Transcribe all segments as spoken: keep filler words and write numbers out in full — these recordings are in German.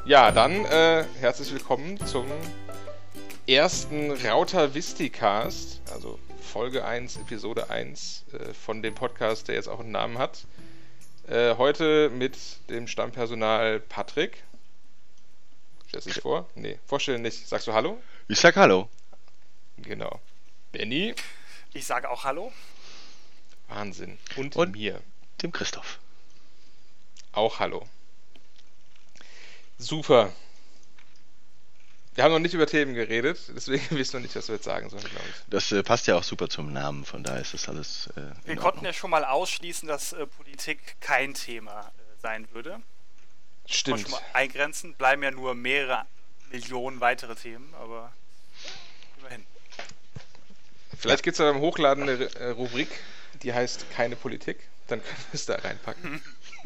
Ja, dann äh, herzlich willkommen zum ersten Rauter Visticast, also Folge eins, Episode eins äh, von dem Podcast, der jetzt auch einen Namen hat. Äh, heute mit dem Stammpersonal Patrick. Stellst du dich vor? Nee, vorstellen nicht. Sagst du Hallo? Ich sag Hallo. Genau. Benny. Ich sage auch Hallo. Wahnsinn. Und, Und mir. Dem Christoph. Auch Hallo. Super. Wir haben noch nicht über Themen geredet, deswegen wissen wir nicht, was wir jetzt sagen sollen, glaube ich. Das äh, passt ja auch super zum Namen, von daher ist das alles äh, in Wir Ordnung. konnten ja schon mal ausschließen, dass äh, Politik kein Thema äh, sein würde. Stimmt. Schon mal eingrenzen, bleiben ja nur mehrere Millionen weitere Themen, aber immerhin. Vielleicht gibt es ja beim Hochladen eine äh, Rubrik, die heißt Keine Politik. Dann können wir es da reinpacken.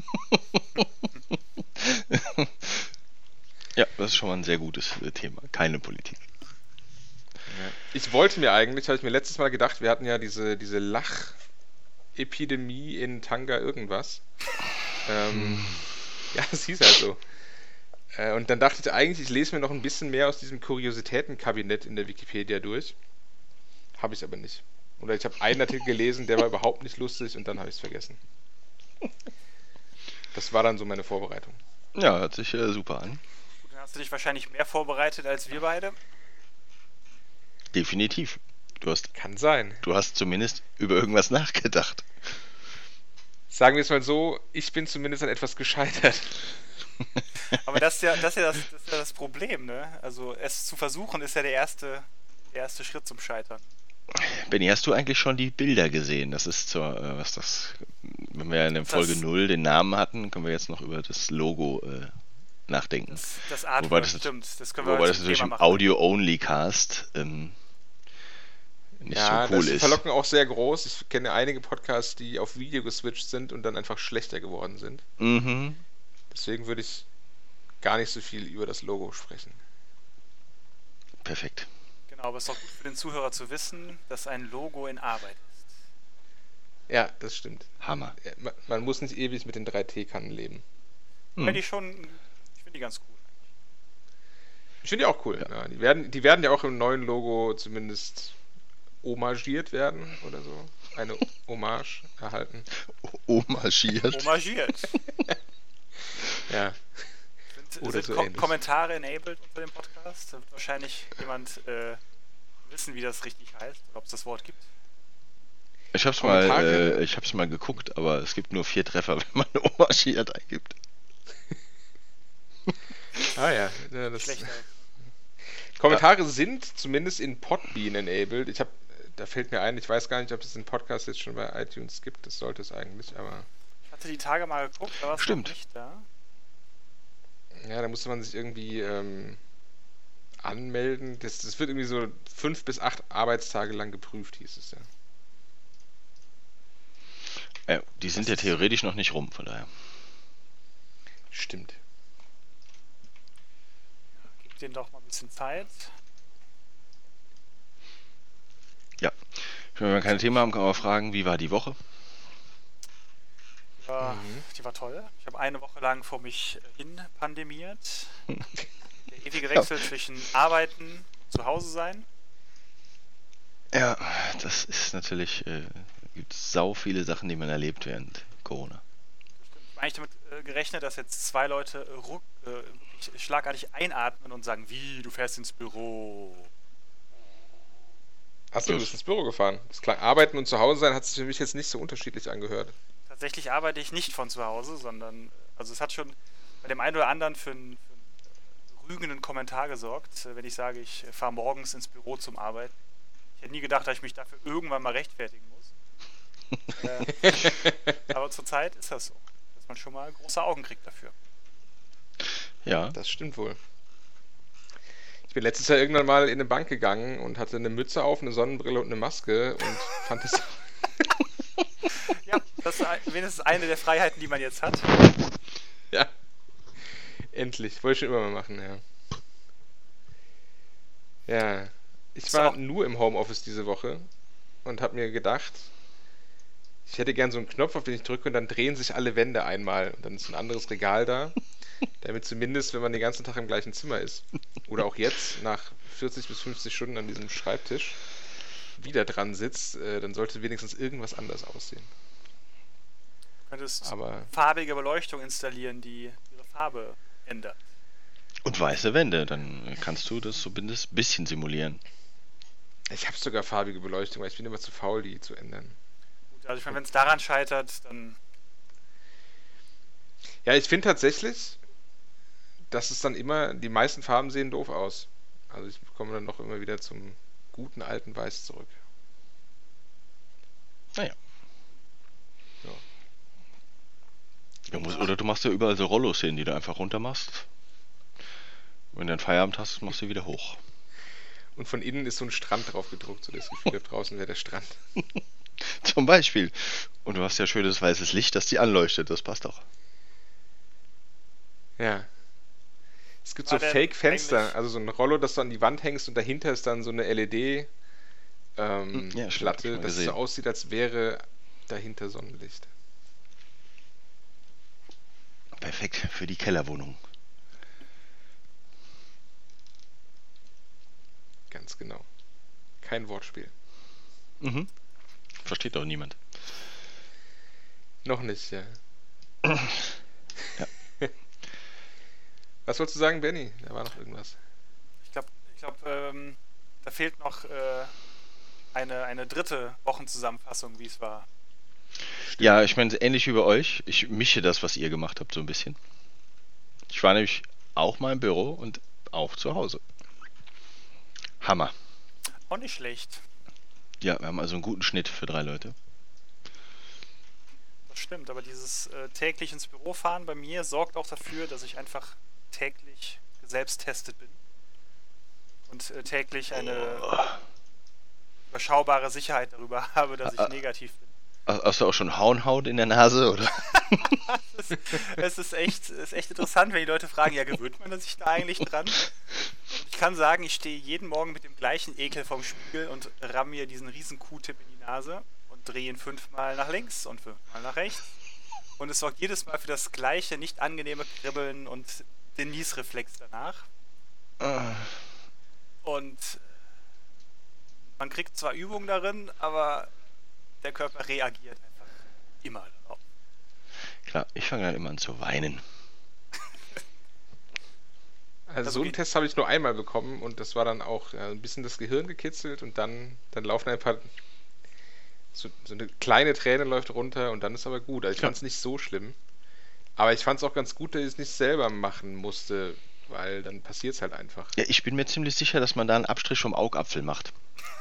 Ja, das ist schon mal ein sehr gutes äh, Thema. Keine Politik. Ja. Ich wollte mir eigentlich, habe ich mir letztes Mal gedacht, wir hatten ja diese, diese Lach-Epidemie in Tanga irgendwas. ähm, ja, das hieß halt so. Äh, und dann dachte ich eigentlich, ich lese mir noch ein bisschen mehr aus diesem Kuriositätenkabinett in der Wikipedia durch. Habe ich aber nicht. Oder ich habe einen Artikel gelesen, der war überhaupt nicht lustig und dann habe ich es vergessen. Das war dann so meine Vorbereitung. Ja, hört sich äh, super an. Gut, dann hast du dich wahrscheinlich mehr vorbereitet als wir beide. Definitiv. Du hast, Kann sein. du hast zumindest über irgendwas nachgedacht. Sagen wir es mal so, ich bin zumindest an etwas gescheitert. Aber das ist ja das, ist ja das, das, ist ja das Problem, ne? Also es zu versuchen ist ja der erste, der erste Schritt zum Scheitern. Benni, hast du eigentlich schon die Bilder gesehen? Das ist zur, äh, was das, wenn wir in der Folge Das- null den Namen hatten, können wir jetzt noch über das Logo äh, nachdenken. Das, das Wobei Artwork das- stimmt, das können wir Wobei heute das zum natürlich Thema im machen. Audio-Only-Cast ähm, nicht Ja, so da cool ist die ist. Verlockung auch sehr groß. Ich kenne einige Podcasts, die auf Video geswitcht sind und dann einfach schlechter geworden sind. Mhm. Deswegen würde ich gar nicht so viel über das Logo sprechen. Perfekt. Genau, aber es ist auch gut für den Zuhörer zu wissen, dass ein Logo in Arbeit ist. Ja, das stimmt. Hammer. Ja, man, man muss nicht ewig mit den drei T-Kannen leben. Hm. Finde ich schon, ich finde die ganz cool. Ich finde die auch cool. Ja. die, werden, die werden ja auch im neuen Logo zumindest homagiert werden oder so. Eine Hommage erhalten. Homagiert. Homagiert. Ja. Sind, Oder sind so Ko ähnlich. Kommentare enabled unter dem Podcast? Da wird wahrscheinlich jemand äh, wissen, wie das richtig heißt oder ob es das Wort gibt. Ich hab's mal, Kommentare? äh, ich hab's mal geguckt, aber es gibt nur vier Treffer, wenn man homagiert eingibt. Ah ja. ja das Schlechter. Kommentare sind zumindest in Podbean enabled. Ich habe, da fällt mir ein, ich weiß gar nicht, ob es den Podcast jetzt schon bei iTunes gibt. Das sollte es eigentlich, aber Ich hatte die Tage mal geguckt, da war es noch Stimmt. nicht da. ja, da musste man sich irgendwie ähm, anmelden. Das, das wird irgendwie so fünf bis acht Arbeitstage lang geprüft, hieß es ja. Äh, die sind ja theoretisch noch nicht rum, von daher. Stimmt. Gib denen doch mal ein bisschen Zeit. Wenn wir keine Themen haben, kann man fragen, wie war die Woche? Die war, Mhm. die war toll. Ich habe eine Woche lang vor mich hin pandemiert. Der ewige Wechsel zwischen Arbeiten, zu Hause sein. Ja, das ist natürlich, äh, gibt sau viele Sachen, die man erlebt während Corona. Ich habe eigentlich damit äh, gerechnet, dass jetzt zwei Leute äh, ruck, äh, wirklich schlagartig einatmen und sagen, wie, du fährst ins Büro. Achso, du bist ins Büro gefahren. Das klang, Arbeiten und zu Hause sein hat sich für mich jetzt nicht so unterschiedlich angehört. Tatsächlich arbeite ich nicht von zu Hause, sondern, also es hat schon bei dem einen oder anderen für einen, für einen rügenden Kommentar gesorgt, äh, wenn ich sage, ich fahre morgens ins Büro zum Arbeiten. Ich hätte nie gedacht, dass ich mich dafür irgendwann mal rechtfertigen muss. äh, aber zurzeit ist das so, dass man schon mal große Augen kriegt dafür. Ja, Das stimmt wohl. Ich bin letztes Jahr irgendwann mal in eine Bank gegangen und hatte eine Mütze auf, eine Sonnenbrille und eine Maske und fand das... Ja, das ist ein- wenigstens eine der Freiheiten, die man jetzt hat. Ja. Endlich. Wollte ich schon immer mal machen, ja. Ja. Ich So. war nur im Homeoffice diese Woche und habe mir gedacht, ich hätte gern so einen Knopf, auf den ich drücke und dann drehen sich alle Wände einmal und dann ist ein anderes Regal da. Damit zumindest, wenn man den ganzen Tag im gleichen Zimmer ist, oder auch jetzt nach vierzig bis fünfzig Stunden an diesem Schreibtisch wieder dran sitzt, äh, dann sollte wenigstens irgendwas anders aussehen. Du könntest Aber farbige Beleuchtung installieren, die ihre Farbe ändert. Und weiße Wände, dann kannst du das zumindest ein bisschen simulieren. ich habe sogar farbige Beleuchtung, weil ich bin immer zu faul, die zu ändern. Gut, also ich meine, wenn es daran scheitert, dann Ja, ich finde tatsächlich, dass es dann immer, die meisten Farben sehen doof aus. Also ich komme dann noch immer wieder zum guten alten Weiß zurück. Naja. Ja. Ja, muss, oder du machst ja überall so Rollos hin, die du einfach runter machst. Wenn du einen Feierabend hast, machst du wieder hoch. Und von innen ist so ein Strand drauf gedruckt, so das Gefühl, da draußen wäre der Strand. Zum Beispiel. Und du hast ja schönes weißes Licht, das die anleuchtet, das passt auch. Ja. Es gibt War so denn Fake-Fenster, eigentlich- also so ein Rollo, das du an die Wand hängst und dahinter ist dann so eine L E D ähm, Ja, stimmt, hab ich Platte, mal dass es so gesehen. aussieht, als wäre dahinter Sonnenlicht. Perfekt für die Kellerwohnung. Ganz genau. Kein Wortspiel. Mhm. Versteht doch niemand. Noch nicht, ja. Ja. Was wolltest du sagen, Benny? Da war noch irgendwas. ich glaube, ich glaub, ähm, da fehlt noch äh, eine, eine dritte Wochenzusammenfassung, wie es war. Ja, ich meine, ähnlich wie bei euch, ich mische das, was ihr gemacht habt, so ein bisschen. Ich war nämlich auch mal im Büro und auch zu Hause. Hammer. Auch nicht schlecht. Ja, wir haben also einen guten Schnitt für drei Leute. Das stimmt, aber dieses äh, täglich ins Büro fahren bei mir sorgt auch dafür, dass ich einfach täglich selbst testet bin. Und äh, täglich eine überschaubare Sicherheit darüber habe, dass ich Ah, ah. negativ bin. Hast du auch schon Hauenhaut in der Nase, oder? Es ist, es ist echt, es ist echt interessant, wenn die Leute fragen, ja, gewöhnt man sich da eigentlich dran? Ich kann sagen, ich stehe jeden Morgen mit dem gleichen Ekel vorm Spiegel und ramm mir diesen riesen Q-Tip in die Nase und drehe ihn fünfmal nach links und fünfmal nach rechts. Und es sorgt jedes Mal für das gleiche, nicht angenehme Kribbeln und den Niesreflex danach. Ah, Und man kriegt zwar Übung darin, aber der Körper reagiert einfach immer darauf. Klar, ich fange dann immer an zu weinen. Also Das so einen geht. Test habe ich nur einmal bekommen und das war dann auch ja, ein bisschen das Gehirn gekitzelt und dann, dann laufen ein paar so, so eine kleine Träne läuft runter und dann ist aber gut. Also ich Ja. fand es nicht so schlimm. Aber ich fand es auch ganz gut, dass ich es nicht selber machen musste, weil dann passiert es halt einfach. Ja, ich bin mir ziemlich sicher, dass man da einen Abstrich vom Augapfel macht.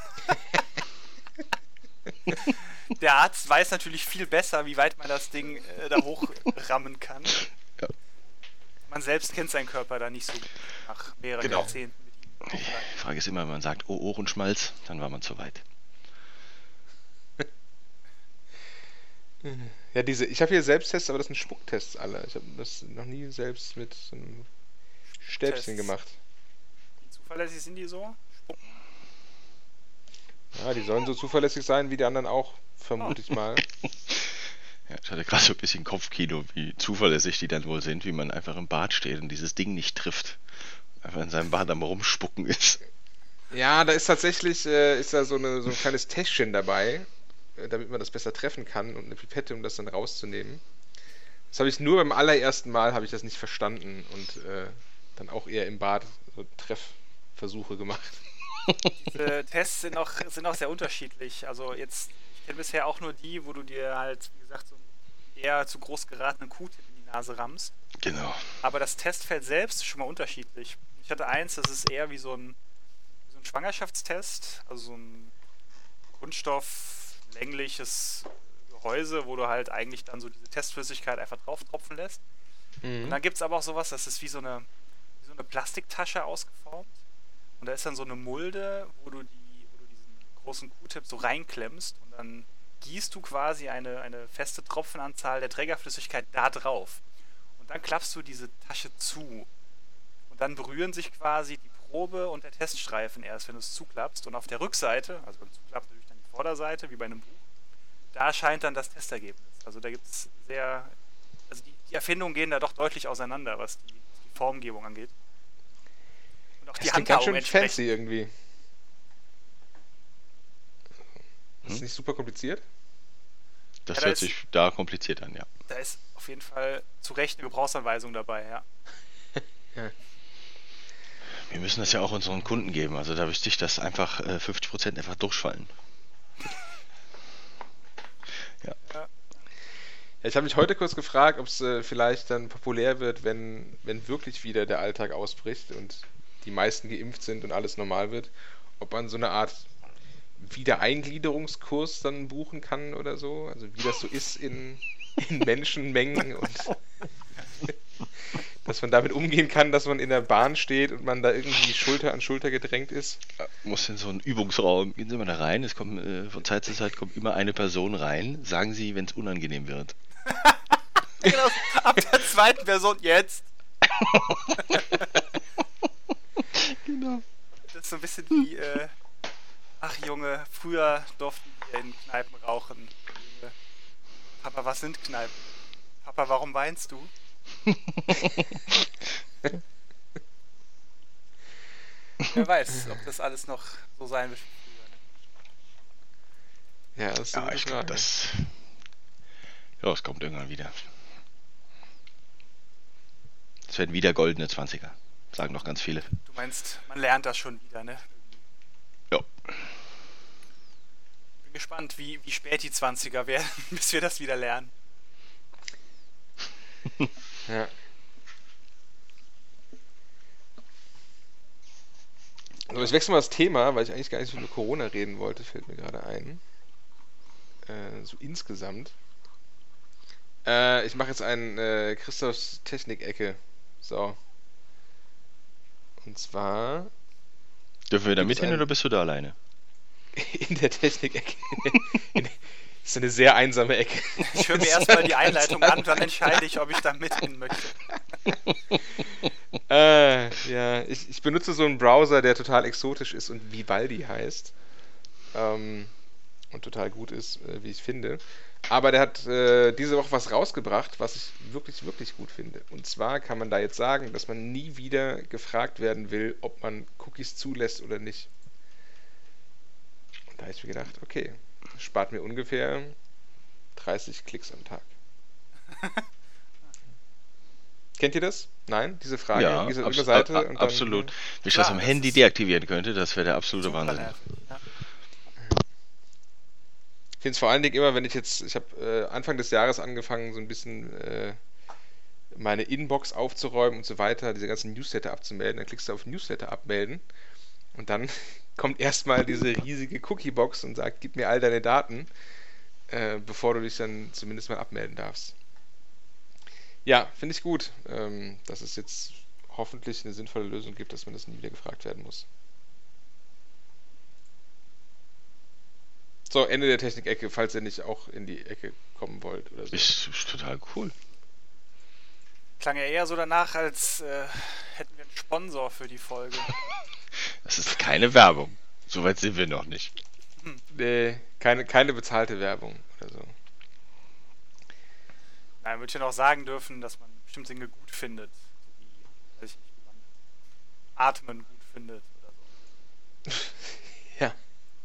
Der Arzt weiß natürlich viel besser, wie weit man das Ding äh, da hochrammen kann. Ja. Man selbst kennt seinen Körper da nicht so gut nach mehreren Genau. Jahrzehnten mit ihm. Die Frage ist immer, wenn man sagt, oh, Ohrenschmalz, dann war man zu weit. Ja, diese, ich habe hier Selbsttests, aber das sind Spucktests alle. Ich habe das noch nie selbst mit so einem Stäbchen Tests. gemacht. Wie zuverlässig sind die so? Spuck. Ja, die sollen so zuverlässig sein wie die anderen auch, vermute ich mal. Ja, ich hatte gerade so ein bisschen Kopfkino, wie zuverlässig die dann wohl sind, wie man einfach im Bad steht und dieses Ding nicht trifft. Einfach in seinem Bad am Rumspucken ist. Ja, da ist tatsächlich äh, ist da so, eine, so ein kleines Täschchen dabei, äh, damit man das besser treffen kann und eine Pipette, um das dann rauszunehmen. Das habe ich nur beim allerersten Mal habe ich das nicht verstanden und äh, dann auch eher im Bad so Treffversuche gemacht. Diese Tests sind auch, sind auch sehr unterschiedlich. Also jetzt, ich kenne bisher auch nur die, wo du dir halt, wie gesagt, so einen eher zu groß geratenen Q-Tip in die Nase rammst. Genau. Aber das Testfeld selbst ist schon mal unterschiedlich. Ich hatte eins, das ist eher wie so ein, wie so ein Schwangerschaftstest, also so ein kunststofflängliches Gehäuse, wo du halt eigentlich dann so diese Testflüssigkeit einfach drauf tropfen lässt. Und dann gibt es aber auch sowas, das ist wie so eine, wie so eine Plastiktasche ausgeformt. Und da ist dann so eine Mulde, wo du, die, wo du diesen großen Q-Tip so reinklemmst und dann gießt du quasi eine, eine feste Tropfenanzahl der Trägerflüssigkeit da drauf. Und dann klappst du diese Tasche zu. Und dann berühren sich quasi die Probe und der Teststreifen erst, wenn du es zuklappst. Und auf der Rückseite, also beim Zuklappen natürlich dann die Vorderseite, wie bei einem Buch, da erscheint dann das Testergebnis. Also da gibt es sehr, also die, die Erfindungen gehen da doch deutlich auseinander, was die Formgebung angeht. Und auch Das die klingt ganz Handhabung schön entsprechend. fancy irgendwie. Ist Hm? das nicht super kompliziert? Das Ja, da hört ist- sich da kompliziert an, ja. Da ist auf jeden Fall zu Recht eine Gebrauchsanweisung dabei, ja. Wir müssen das ja auch unseren Kunden geben. Also da wüsste ich, dass einfach äh, fünfzig Prozent einfach durchfallen. Ja, ich habe mich heute kurz gefragt, ob es äh, vielleicht dann populär wird, wenn, wenn wirklich wieder der Alltag ausbricht und die meisten geimpft sind und alles normal wird, ob man so eine Art Wiedereingliederungskurs dann buchen kann oder so. Also wie das so ist in, in Menschenmengen und dass man damit umgehen kann, dass man in der Bahn steht und man da irgendwie Schulter an Schulter gedrängt ist. Äh, Muss in so einen Übungsraum, gehen Sie mal da rein, es kommt äh, von Zeit zu Zeit kommt immer eine Person rein, sagen Sie, wenn es unangenehm wird. Genau, ab der zweiten Person jetzt. Genau. Das ist so ein bisschen wie, äh, ach Junge, früher durften wir in Kneipen rauchen. Junge. Papa, was sind Kneipen? Papa, warum weinst du? Wer weiß, ob das alles noch so sein wird wie früher. Ja, das ist eine Ja, gute ich glaube, Frage. das. Ja, es kommt irgendwann wieder. Es werden wieder goldene Zwanziger, sagen noch ganz viele. Du meinst, man lernt das schon wieder, ne? Ja. Bin gespannt, wie, wie spät die Zwanziger werden, bis wir das wieder lernen. Ja. Also ich wechsle mal das Thema, weil ich eigentlich gar nicht so über Corona reden wollte, fällt mir gerade ein. Äh, so insgesamt. Äh, ich mache jetzt einen äh, Christophs Technik-Ecke. So. Und zwar Dürfen wir da Gibt's mit hin ein- oder bist du da alleine? in der Technik-Ecke. In- Das ist eine sehr einsame Ecke. Ich höre mir erstmal die Einleitung an, dann entscheide ich, ob ich da mithin möchte. Äh, ja, ich, ich benutze so einen Browser, der total exotisch ist und Vivaldi heißt. Ähm, und total gut ist, äh, wie ich finde. Aber der hat äh, diese Woche was rausgebracht, was ich wirklich, wirklich gut finde. Und zwar kann man da jetzt sagen, dass man nie wieder gefragt werden will, ob man Cookies zulässt oder nicht. Und da habe ich mir gedacht, okay, das spart mir ungefähr dreißig Klicks am Tag. Kennt ihr das? Nein? Diese Frage? Ja, Diese abs Seite a- und dann, absolut. Wenn ich Klar, das am das Handy ist- deaktivieren könnte, das wäre der absolute Super Wahnsinn. nervig, ja. Ich finde es vor allen Dingen immer, wenn ich jetzt, ich habe äh, Anfang des Jahres angefangen, so ein bisschen äh, meine Inbox aufzuräumen und so weiter, diese ganzen Newsletter abzumelden. Dann klickst du auf Newsletter abmelden und dann kommt erstmal diese riesige Cookie-Box und sagt, gib mir all deine Daten, äh, bevor du dich dann zumindest mal abmelden darfst. Ja, finde ich gut, ähm, dass es jetzt hoffentlich eine sinnvolle Lösung gibt, dass man das nie wieder gefragt werden muss. So, Ende der Technik-Ecke, falls ihr nicht auch in die Ecke kommen wollt oder so. Ist, ist total cool. Klang ja eher so danach, als äh, hätten wir einen Sponsor für die Folge. Das ist keine Werbung. Soweit sind wir noch nicht. Nee, keine, keine bezahlte Werbung oder so. Nein, würde ich ja noch sagen dürfen, dass man bestimmte Dinge gut findet. So wie, weiß ich nicht, wie man Atmen gut findet oder so. Ja.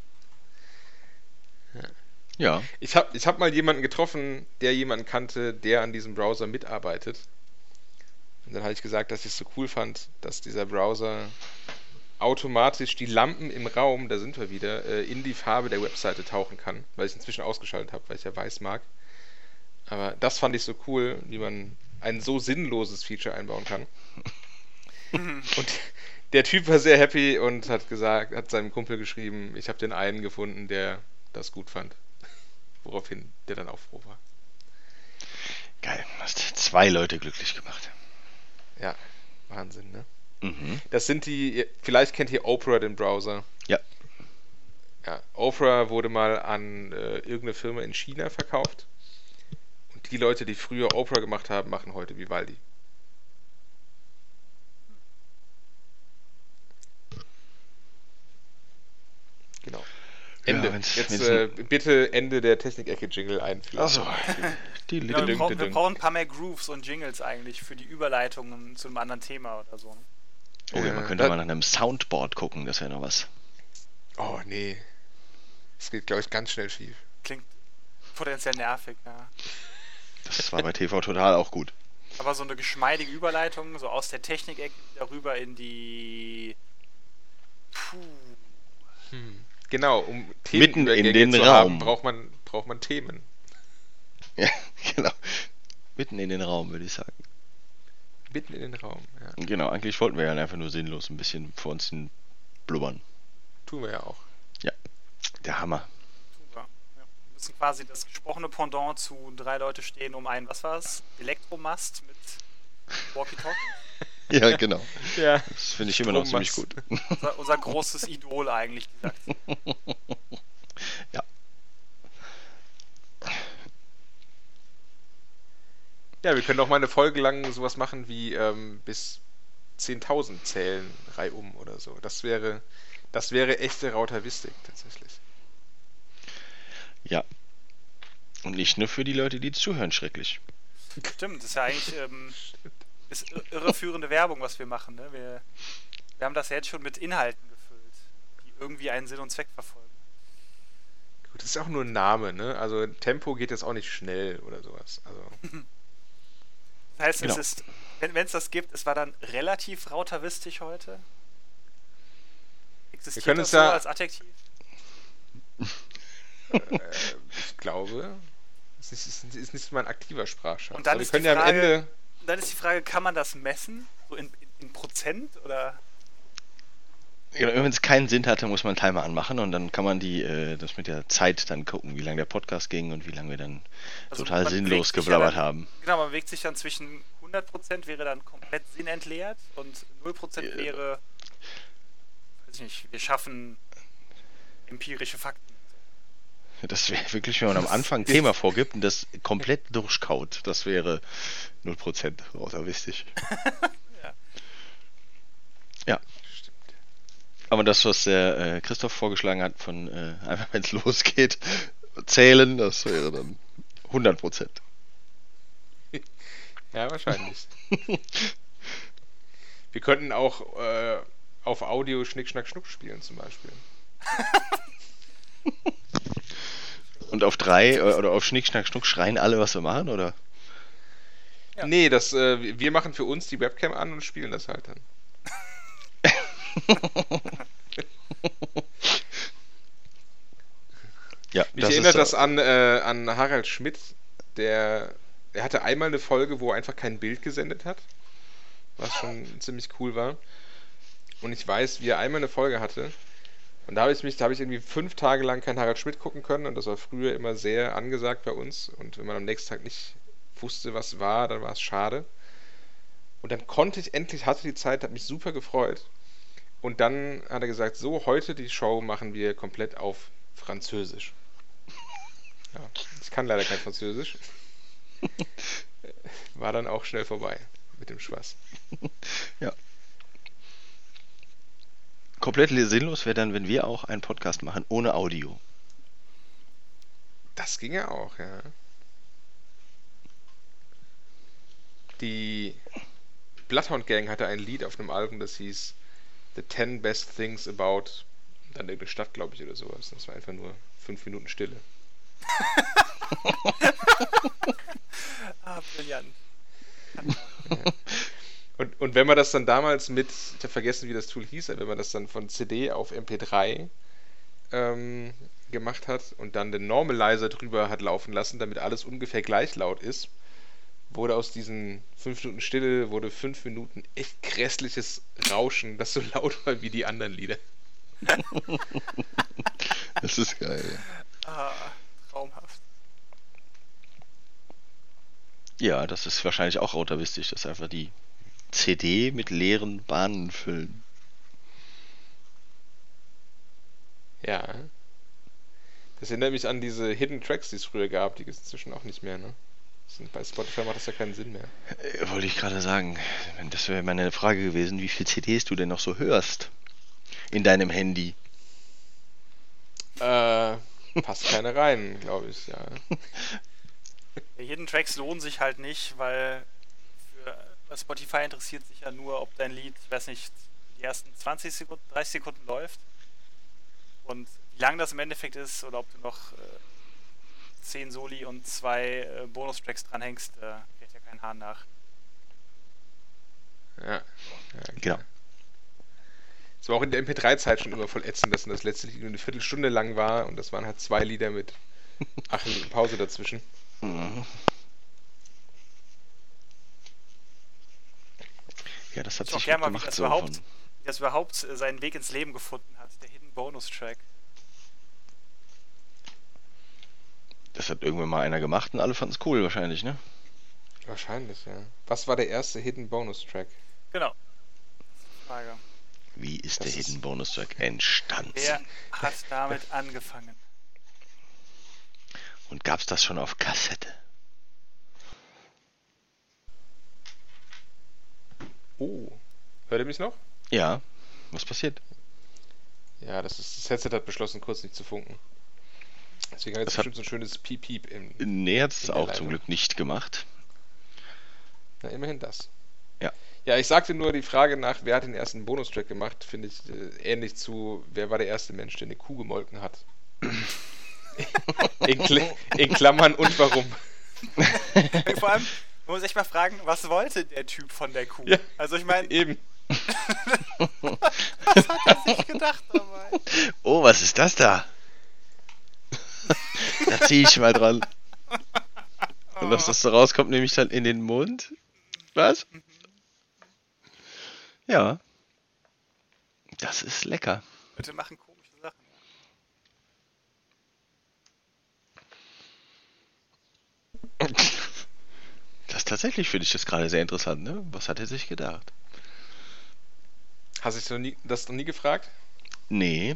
Ja. Ich habe ich hab mal jemanden getroffen, der jemanden kannte, der an diesem Browser mitarbeitet. Und dann habe ich gesagt, dass ich es so cool fand, dass dieser Browser automatisch die Lampen im Raum, da sind wir wieder, äh, in die Farbe der Webseite tauchen kann, weil ich inzwischen ausgeschaltet habe, weil ich ja weiß mag. Aber das fand ich so cool, wie man ein so sinnloses Feature einbauen kann. Und der Typ war sehr happy und hat gesagt, hat seinem Kumpel geschrieben, ich habe den einen gefunden, der das gut fand. Woraufhin der dann auch froh war. Geil. Hast zwei Leute glücklich gemacht. Ja, Wahnsinn, ne? Mhm. Das sind die, vielleicht kennt ihr Opera, den Browser. Ja. Ja, Opera wurde mal an äh, irgendeine Firma in China verkauft. Und die Leute, die früher Opera gemacht haben, machen heute Vivaldi. Genau. Ende. Ja, wenn's- Jetzt wenn's äh, bitte Ende der Technik-Ecke-Jingle einführen. Achso. Die Ja, wir, Ding, brauchen, wir ding. brauchen ein paar mehr Grooves und Jingles eigentlich für die Überleitungen zu einem anderen Thema oder so. Oh ja, man Äh, könnte da- mal nach einem Soundboard gucken, das wäre noch was. Oh, nee. Das geht, glaube ich, ganz schnell schief. Klingt potenziell nervig, ja. Das war bei T V Total auch gut. Aber so eine geschmeidige Überleitung, so aus der Technik-Ecke darüber in die. Puh. Genau, um Mitten in Themenübergänge den zu Raum. haben, braucht man, braucht man Themen. Ja, genau. Mitten in den Raum, würde ich sagen. Mitten in den Raum, ja. Genau, eigentlich wollten wir ja einfach nur sinnlos ein bisschen vor uns hin blubbern. Tun wir ja auch. Der Hammer. Ja. Ja. Wir müssen quasi das gesprochene Pendant zu drei Leute stehen um einen, was war's? Elektromast mit Walkie-Talkie. Ja, genau. Ja. Das finde ich immer noch ziemlich Strommast. gut. Unser, unser großes Idol eigentlich gesagt. Ja. Ja, wir können auch mal eine Folge lang sowas machen wie ähm, bis zehntausend zählen, reihum oder so. Das wäre, das wäre echte Rautavistik tatsächlich. Ja. Und nicht nur für die Leute, die zuhören, schrecklich. Stimmt, das ist ja eigentlich ähm, ist ir- irreführende Werbung, was wir machen. Ne? Wir, wir haben das ja jetzt schon mit Inhalten gefüllt, die irgendwie einen Sinn und Zweck verfolgen. Gut, das ist auch nur ein Name, ne? Also Tempo geht jetzt auch nicht schnell oder sowas. Also Das heißt, Genau. es ist, wenn es das gibt, es war dann relativ rautavistisch heute. Existiert können das es so ja- als Adjektiv? äh, ich glaube, es ist, ist, ist nicht mal ein aktiver Sprachschatz. Und dann Aber wir ist können die ja am Frage- Ende. Dann ist die Frage, kann man das messen? So in, in, in Prozent oder? Ja, wenn es keinen Sinn hatte, muss man einen Timer anmachen und dann kann man die, äh, das mit der Zeit dann gucken, wie lange der Podcast ging und wie lange wir dann Also total man sinnlos bewegt sich ja geblabbert dann- haben. Genau, man bewegt sich dann zwischen hundert Prozent wäre dann komplett sinnentleert und null Prozent Ja. wäre, weiß ich nicht, wir schaffen empirische Fakten. Das wäre wirklich, wenn man am Anfang ein Thema vorgibt und das komplett durchkaut. Das wäre null Prozent rautavistisch. Ja. Ja. Aber das, was der äh, Christoph vorgeschlagen hat, von äh, einfach wenn es losgeht, zählen, das wäre dann hundert Prozent. Ja, wahrscheinlich. Wir könnten auch äh, auf Audio Schnick, Schnack, Schnuck spielen zum Beispiel. Und auf drei äh, oder auf Schnick, Schnack, Schnuck schreien alle, was wir machen, oder? Ja. Nee, das, äh, wir machen für uns die Webcam an und spielen das halt dann. Ja, Mich das erinnert ist, das an, äh, an Harald Schmidt, der er hatte einmal eine Folge, wo er einfach kein Bild gesendet hat, was schon ziemlich cool war. Und ich weiß, wie er einmal eine Folge hatte. Und da habe ich mich, da habe ich irgendwie fünf Tage lang kein Harald Schmidt gucken können und das war früher immer sehr angesagt bei uns. Und wenn man am nächsten Tag nicht wusste, was war, dann war es schade. Und dann konnte ich endlich, hatte die Zeit, hat mich super gefreut. Und dann hat er gesagt, so, heute die Show machen wir komplett auf Französisch. Ja, ich kann leider kein Französisch. War dann auch schnell vorbei mit dem Spaß. ja. Komplett sinnlos wäre dann, wenn wir auch einen Podcast machen ohne Audio. Das ging ja auch, ja. Die Bloodhound Gang hatte ein Lied auf einem Album, das hieß The ten Best Things About dann irgendeine Stadt, glaube ich, oder sowas. Das war einfach nur fünf Minuten Stille. Ah, brillant. Und, und wenn man das dann damals mit, ich habe vergessen, wie das Tool hieß, wenn man das dann von C D auf M P drei ähm, gemacht hat und dann den Normalizer drüber hat laufen lassen, damit alles ungefähr gleich laut ist, wurde aus diesen fünf Minuten Stille, wurde fünf Minuten echt grässliches Rauschen, das so laut war wie die anderen Lieder. Das ist geil. Ah, traumhaft. Ja, das ist wahrscheinlich auch rautavistisch, dass einfach die C D mit leeren Bahnen füllen. Ja. Das erinnert mich an diese Hidden Tracks, die es früher gab, die gibt es inzwischen auch nicht mehr, ne? Sind, bei Spotify macht das ja keinen Sinn mehr. Äh, wollte ich gerade sagen. Das wäre meine Frage gewesen, wie viele C Ds du denn noch so hörst in deinem Handy. Äh, passt keine rein, glaube ich, ja. Ja, Hidden Tracks lohnen sich halt nicht, weil für Spotify interessiert sich ja nur, ob dein Lied, ich weiß nicht, die ersten zwanzig Sekunden, dreißig Sekunden läuft. Und wie lang das im Endeffekt ist, oder ob du noch äh, zehn Soli und zwei äh, Bonustracks dranhängst, äh, kriegt ja kein Hahn nach. Ja, ja Genau. Es war auch in der M P drei Zeit schon immer voll ätzend, dass das letzte Lied nur eine Viertelstunde lang war und das waren halt zwei Lieder mit acht Minuten Pause dazwischen. Mhm. Ja, das hat Ich auch sich gerne gut mal, wie gemacht. das So überhaupt, von, wie das überhaupt äh, seinen Weg ins Leben gefunden hat, der Hidden Bonus Track. das hat irgendwann mal einer gemacht und alle fanden es cool wahrscheinlich, ne? Wahrscheinlich, ja. Was war der erste Hidden Bonus Track? Genau. Frage. Wie ist Das der ist- Hidden Bonus Track entstanden? Wer hat damit angefangen? Und gab's das schon auf Kassette? Oh, hört ihr mich noch? Ja. Was passiert? Ja, das, ist, das Headset hat beschlossen, kurz nicht zu funken. Deswegen hat jetzt Das hat- bestimmt so ein schönes Piep-Piep im... Nee, hat es In der auch Leitung. zum Glück nicht gemacht. Na, immerhin das. Ja. Ja, ich sagte nur, die Frage nach, wer hat den ersten Bonustrack gemacht, finde ich äh, ähnlich zu, wer war der erste Mensch, der eine Kuh gemolken hat. in, Kle in Klammern und warum. Vor allem, man muss echt mal fragen, was wollte der Typ von der Kuh? Ja. Also ich meine, Eben. was hat er sich gedacht dabei? Oh, was ist das da? Da zieh ich mal dran. Und was das so rauskommt, nehme ich dann in den Mund. Was? Ja. Das ist lecker. Leute machen komische Sachen. Das tatsächlich finde ich das gerade sehr interessant, ne? Was hat er sich gedacht? Hast du dich noch nie, das noch nie gefragt? Nee.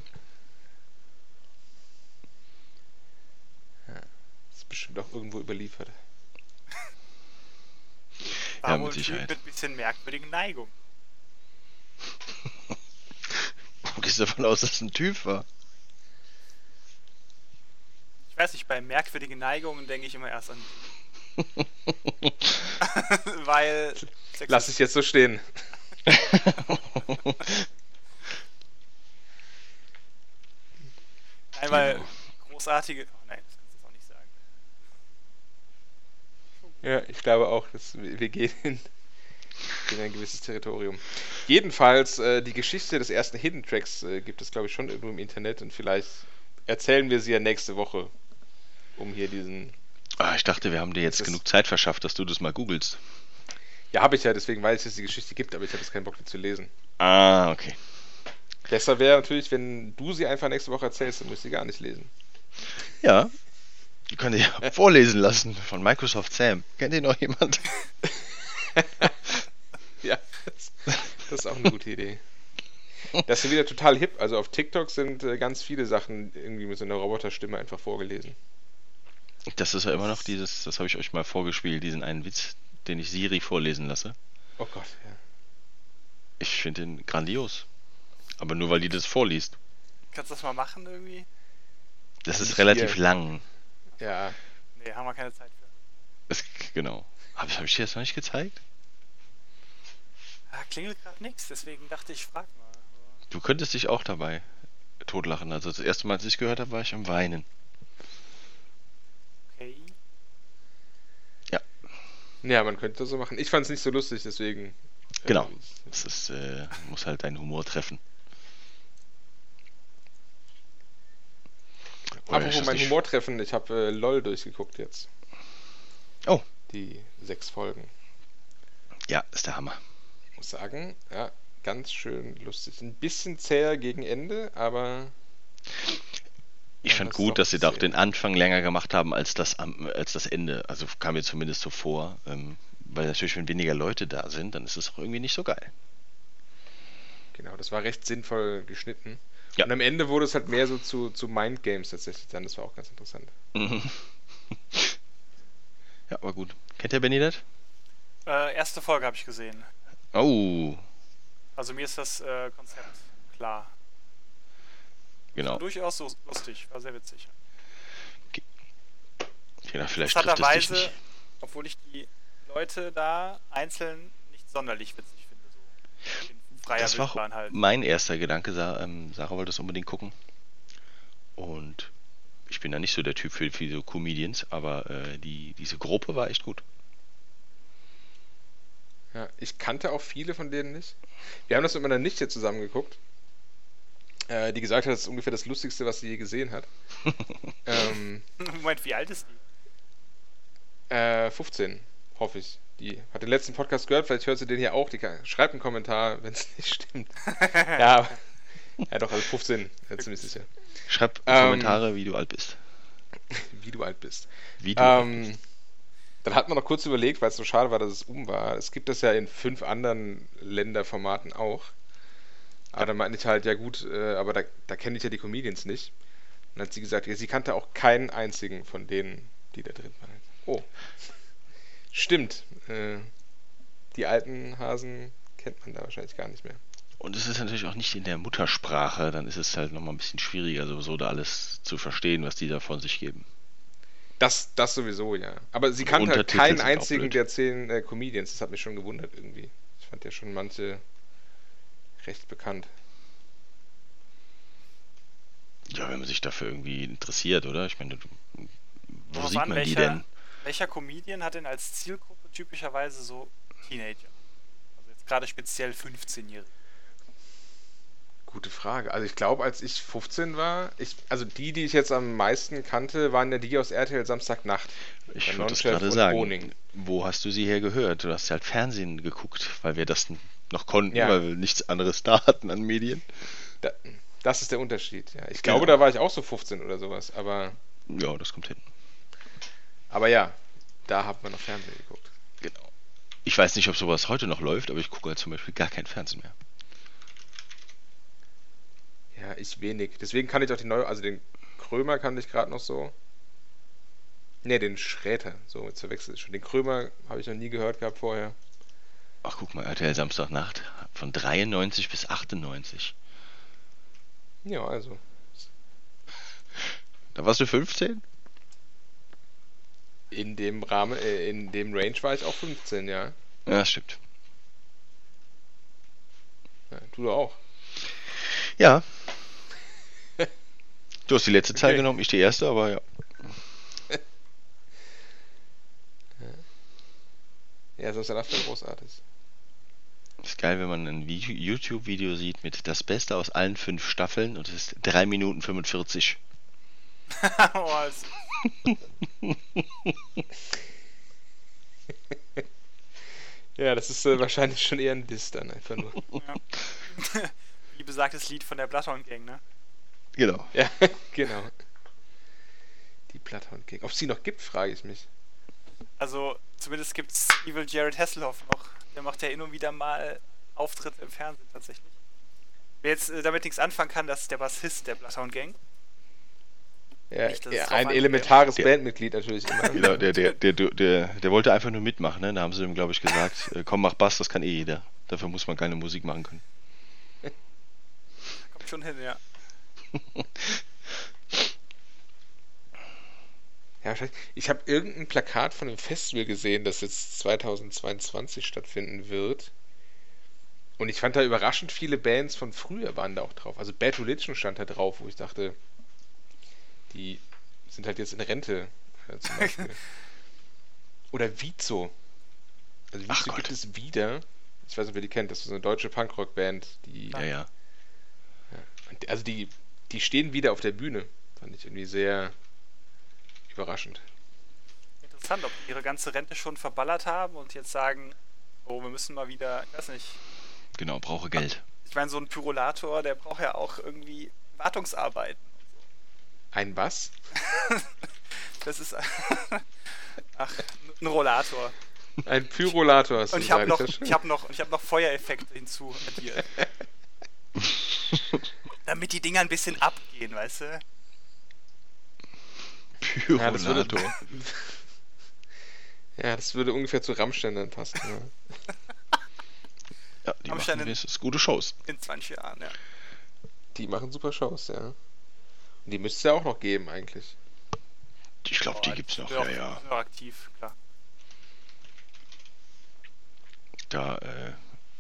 Das ist bestimmt auch irgendwo überliefert. War Ja, wohl mit ein Typ Sicherheit. mit ein bisschen merkwürdigen Neigung. Du gehst davon aus, dass es ein Typ war. Ich weiß nicht, bei merkwürdigen Neigungen denke ich immer erst an. Weil. Lass es jetzt so stehen. Nein, weil Genau. großartige. Oh nein, das kannst du jetzt auch nicht sagen. Ja, ich glaube auch, dass wir wir gehen in, in ein gewisses Territorium. Jedenfalls, äh, die Geschichte des ersten Hidden Tracks äh, gibt es, glaube ich, schon irgendwo im Internet und vielleicht erzählen wir sie ja nächste Woche, um hier diesen... Ah, ich dachte, wir haben dir jetzt Das- genug Zeit verschafft, dass du das mal googelst. Ja, habe ich ja, deswegen weiß ich, dass es die Geschichte gibt, aber ich habe jetzt keinen Bock, die zu lesen. Ah, okay. Besser wäre natürlich, wenn du sie einfach nächste Woche erzählst, dann müsst ihr gar nicht lesen. Ja. Die könnt ihr ja vorlesen lassen von Microsoft Sam. Kennt ihr noch jemand? Ja, das, das ist auch eine gute Idee. Das ist wieder total hip. Also auf TikTok sind äh, ganz viele Sachen irgendwie mit so einer Roboterstimme einfach vorgelesen. Das ist ja immer noch dieses, das habe ich euch mal vorgespielt, diesen einen Witz, den ich Siri vorlesen lasse. Oh Gott, ja. Ich finde den grandios. Aber nur weil die das vorliest. Kannst du das mal machen irgendwie? Das ist Nicht relativ hier. lang. Ja, Nee, haben wir keine Zeit für. Das, genau. Habe hab ich dir das noch nicht gezeigt? Ah, klingelt gerade nichts, deswegen dachte ich, frag mal. Aber Du könntest dich auch dabei totlachen. Also das erste Mal, als ich gehört habe, war ich am Weinen. okay. ja, man könnte das so machen. Ich fand es nicht so lustig, deswegen. äh, Genau. Das ist, äh, muss halt deinen Humor treffen. Oder ist Apropos das mein nicht- Humor treffen, ich habe äh, LOL durchgeguckt jetzt. Oh. Die sechs Folgen. Ja, ist der Hammer. Ich muss sagen, ja, ganz schön lustig. Ein bisschen zäher gegen Ende, aber Ich Ja, fand das ist gut, doch dass sie da auch sehr- den Anfang länger gemacht haben als das, am- als das Ende. Also kam mir zumindest so vor. Ähm, weil natürlich, wenn weniger Leute da sind, dann ist es auch irgendwie nicht so geil. genau, das war recht sinnvoll geschnitten. Ja. Und am Ende wurde es halt mehr so zu, zu Mindgames tatsächlich dann. Das war auch ganz interessant. Mhm. Ja, aber gut. Kennt ihr Benny das? Äh, erste Folge habe ich gesehen. Oh. Also mir ist das äh, Konzept klar. Genau. War durchaus so lustig, war sehr witzig. Ja, vielleicht trifft es dich Interessanterweise, nicht. obwohl ich die Leute da einzeln nicht sonderlich witzig finde, so in freier Das war Wildbahn auch halt. mein erster Gedanke. Sa ähm, Sarah wollte das unbedingt gucken. Und ich bin da nicht so der Typ für, für so Comedians, aber äh, die, diese Gruppe war echt gut. Ja, ich kannte auch viele von denen nicht. Wir haben das mit meiner Nichte zusammen geguckt, äh, die gesagt hat, das ist ungefähr das Lustigste, was sie je gesehen hat. ähm, Moment, wie alt ist die? äh, fünfzehn, hoffe ich. Die hat den letzten Podcast gehört, vielleicht hört sie den hier auch. Die kann, schreibt einen Kommentar, wenn es nicht stimmt. ja, ja, doch, also fünfzehn, ja, ziemlich sicher. Schreib Ähm, Kommentare, wie du alt bist. Wie du alt bist. Wie du alt Ähm, bist. dann hat man noch kurz überlegt, weil es so schade war, dass es um war. Es gibt das ja in fünf anderen Länderformaten auch. Aber dann meinte ich halt, ja gut, äh, aber da, da kenne ich ja die Comedians nicht. Und dann hat sie gesagt, ja, sie kannte auch keinen einzigen von denen, die da drin waren. Oh. Stimmt. Äh, die alten Hasen kennt man da wahrscheinlich gar nicht mehr. Und es ist natürlich auch nicht in der Muttersprache, dann ist es halt nochmal ein bisschen schwieriger, sowieso da alles zu verstehen, was die da von sich geben. Das, das sowieso, ja. Aber sie Und kannte halt Untertitel keinen sind auch einzigen blöd. der zehn äh, Comedians. Das hat mich schon gewundert irgendwie. Ich fand ja schon manche recht bekannt. Ja, wenn man sich dafür irgendwie interessiert, oder? Ich meine, du- wo Drauf sieht an, man die welcher- denn? Welcher Comedian hat denn als Zielgruppe typischerweise so Teenager? Also jetzt gerade speziell fünfzehnjährige. Gute Frage. Also ich glaube, als ich fünfzehn war, ich, also die, die ich jetzt am meisten kannte, waren ja die aus R T L Samstagnacht. Ich Bei wollte das Nonchef gerade und sagen. Boning. Wo hast du sie hergehört? Du hast halt Fernsehen geguckt, weil wir das n- noch konnten, Ja. weil wir nichts anderes da hatten an Medien. Da, das ist der Unterschied, ja. Ich Genau. glaube, da war ich auch so fünfzehn oder sowas, aber, Ja, das kommt hin. aber ja, da hat man noch Fernsehen geguckt. Genau. Ich weiß nicht, ob sowas heute noch läuft, aber ich gucke halt zum Beispiel gar kein Fernsehen mehr. Ja, ich wenig. Deswegen kann ich auch die neue, also den Krömer kannte ich gerade noch so. Ne, den Schräter, so jetzt verwechselt schon. Den Krömer habe ich noch nie gehört gehabt vorher. Ach, guck mal, R T L Samstagnacht. Von dreiundneunzig bis achtundneunzig. Ja, also. Da warst du fünfzehn? In dem Rahmen, äh, in dem Range war ich auch fünfzehn, ja. Ja, das stimmt. Ja, du doch auch. Ja. Du hast die letzte Zeit Okay. genommen, ich die erste, aber ja. Ja, sonst ist das großartig. Ist geil, wenn man ein Vi- YouTube-Video sieht mit das Beste aus allen fünf Staffeln und es ist drei Minuten fünfundvierzig. oh, es- Ja, das ist äh, wahrscheinlich schon eher ein Diss dann einfach nur. ja. Wie besagtes Lied von der Bloodhound Gang, ne? Genau. Ja, genau. Die Bloodhound Gang. Ob es die noch gibt, frage ich mich. Also, zumindest gibt's Evil Jared Hasselhoff noch. Der macht ja hin und wieder mal Auftritte im Fernsehen tatsächlich. Wer jetzt äh, damit nichts anfangen kann, das ist der Bassist der Bloodhound Gang. Ja, Nicht, dass es ja, drauf ein ankommt. elementares Der- Bandmitglied natürlich immer. Genau, der, der, der, der, der wollte einfach nur mitmachen, ne? Da haben sie ihm, glaube ich, gesagt, äh, komm, mach Bass, das kann eh jeder. Dafür muss man keine Musik machen können. Kommt schon hin, ja. Ja, wahrscheinlich. Ich habe irgendein Plakat von einem Festival gesehen, das jetzt zweitausendzweiundzwanzig stattfinden wird. Und ich fand da überraschend viele Bands von früher waren da auch drauf. Also Bad Religion stand da drauf, wo ich dachte, die sind halt jetzt in Rente äh, zum Beispiel. Oder Vizo. Also Ach Vizo Gott. gibt es wieder. Ich weiß nicht, ob ihr die kennt. Das ist so eine deutsche Punkrock-Band. Die, Ja, ja. und also die, die stehen wieder auf der Bühne. Fand ich irgendwie sehr überraschend. Interessant, ob die ihre ganze Rente schon verballert haben und jetzt sagen, oh, wir müssen mal wieder, ich weiß nicht. Genau, brauche Geld. Ich meine, so ein Pyrolator, der braucht ja auch irgendwie Wartungsarbeiten. Ein was? Das ist ach, ein Rollator. Ein Pyrolator hast du Und ich habe gesagt, noch, ist das schön? ich habe noch, ich habe noch Feuereffekte hinzu addiert. Damit die Dinger ein bisschen abgehen, weißt du? Ja, das würde, Pyrolator. ja, das würde ungefähr zu Rammstein dann passen. Ja. Ja, die Am machen Stein- wenigstens gute Shows. In zwanzig Jahren, ja. Die machen super Shows, ja. Die müsste es ja auch noch geben, eigentlich. Ich glaube, die Oh, gibt's noch, sind ja, auch- ja. sind auch aktiv, klar. Da äh,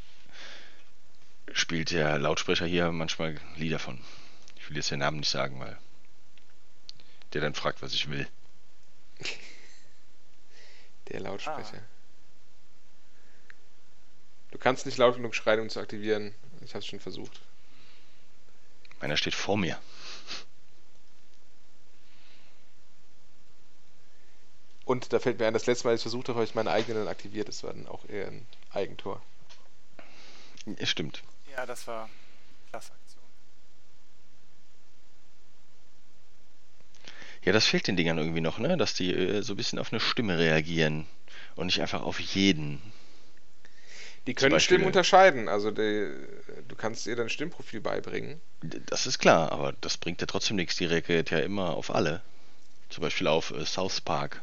spielt der Lautsprecher hier manchmal Lieder von. Ich will jetzt den Namen nicht sagen, weil der dann fragt, was ich will. Der Lautsprecher. Ah. Du kannst nicht laut genug schreien, um zu aktivieren. Ich hab's schon versucht. Meiner steht vor mir. Und da fällt mir ein, das letzte Mal, als ich versucht habe, habe ich meinen eigenen aktiviert. Das war dann auch eher ein Eigentor. Ja, stimmt. Ja, das war klasse Aktion. Ja, das fehlt den Dingern irgendwie noch, ne? Dass die äh, so ein bisschen auf eine Stimme reagieren und nicht einfach auf jeden. Die Zum können Beispiel- Stimmen unterscheiden. Also die, du kannst ihr dein Stimmprofil beibringen. D- Das ist klar, aber das bringt ja trotzdem nichts. Die reagiert ja immer auf alle. Zum Beispiel auf äh, South Park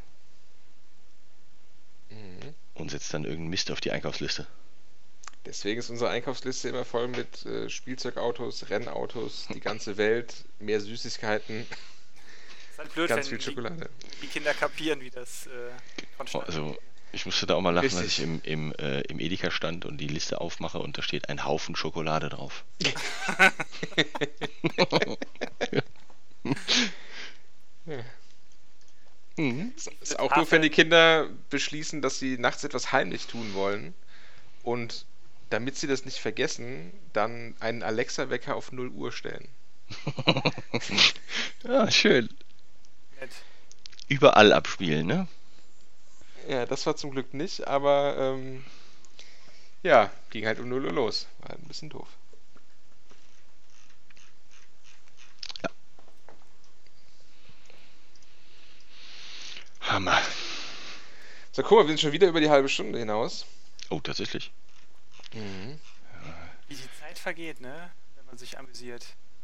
Mhm. und setzt dann irgendeinen Mist auf die Einkaufsliste. Deswegen ist unsere Einkaufsliste immer voll mit äh, Spielzeugautos, Rennautos, die ganze Welt, mehr Süßigkeiten, Ist halt blöd, ganz wenn viel die, Schokolade. die Kinder kapieren, wie das äh, vonstatten Also geht. ich musste da auch mal lachen, als Richtig. ich im, im, äh, im Edeka stand und die Liste aufmache und da steht ein Haufen Schokolade drauf. Mhm. Ist auch doof, wenn die Kinder beschließen, dass sie nachts etwas heimlich tun wollen und damit sie das nicht vergessen, dann einen Alexa-Wecker auf null Uhr stellen. Ja, schön. Nett. Überall abspielen, ne? Ja, das war zum Glück nicht, aber ähm, ja, ging halt um null Uhr los. War halt ein bisschen doof. Hammer. So, guck mal, wir sind schon wieder über die halbe Stunde hinaus. Oh, tatsächlich. Mhm. Wie die Zeit vergeht, ne? Wenn man sich amüsiert.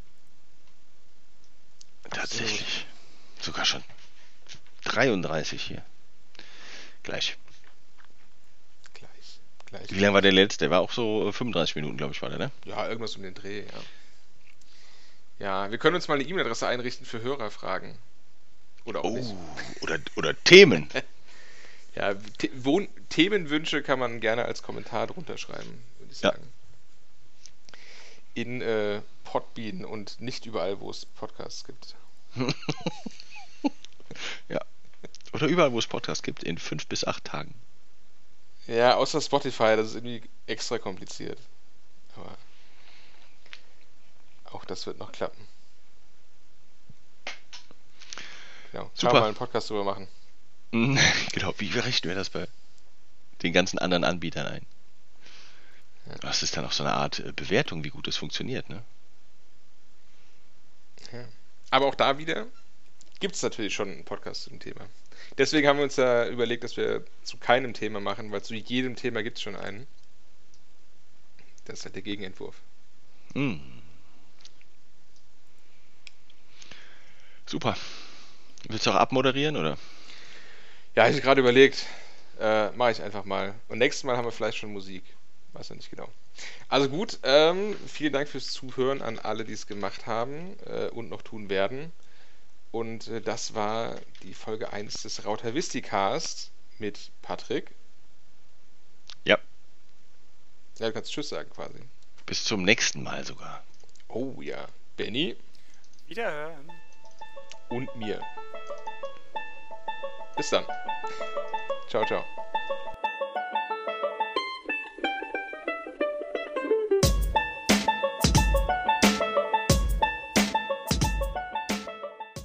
Tatsächlich. Sogar schon dreiunddreißig hier. Gleich. Gleich, gleich. Wie lang war der letzte? Der war auch so äh, fünfunddreißig Minuten, glaube ich, war der, ne? Ja, irgendwas um den Dreh, ja. Ja, wir können uns mal eine E-Mail-Adresse einrichten für Hörerfragen. Oder auch nicht. Oh, oder, oder Themen. Ja, The Wohn Themenwünsche kann man gerne als Kommentar drunter schreiben, würde ich Ja. sagen. In äh, Podbean und nicht überall, wo es Podcasts gibt. Ja. Oder überall, wo es Podcasts gibt, in fünf bis acht Tagen. Ja, außer Spotify, das ist irgendwie extra kompliziert. Aber auch das wird noch klappen. Genau, Super. kann man mal einen Podcast drüber machen. Genau, wie richten wir das bei den ganzen anderen Anbietern ein? Das ist dann auch so eine Art äh, Bewertung, wie gut es funktioniert, ne? Ja. Aber auch da wieder gibt es natürlich schon einen Podcast zu dem Thema. Deswegen haben wir uns ja überlegt, dass wir zu keinem Thema machen, weil zu jedem Thema gibt es schon einen. Das ist halt der Gegenentwurf. Mm. Super. Willst du auch abmoderieren, oder? Ja, ich habe gerade überlegt, äh, mache ich einfach mal. Und nächstes Mal haben wir vielleicht schon Musik. Weiß ja nicht genau. Also gut, ähm, vielen Dank fürs Zuhören an alle, die es gemacht haben äh, und noch tun werden. Und äh, das war die Folge eins des Rauter Visticast mit Patrick. Ja. Ja, du kannst Tschüss sagen quasi. Bis zum nächsten Mal sogar. Oh ja, Benny Wiederhören. und mir. Bis dann. Ciao, ciao.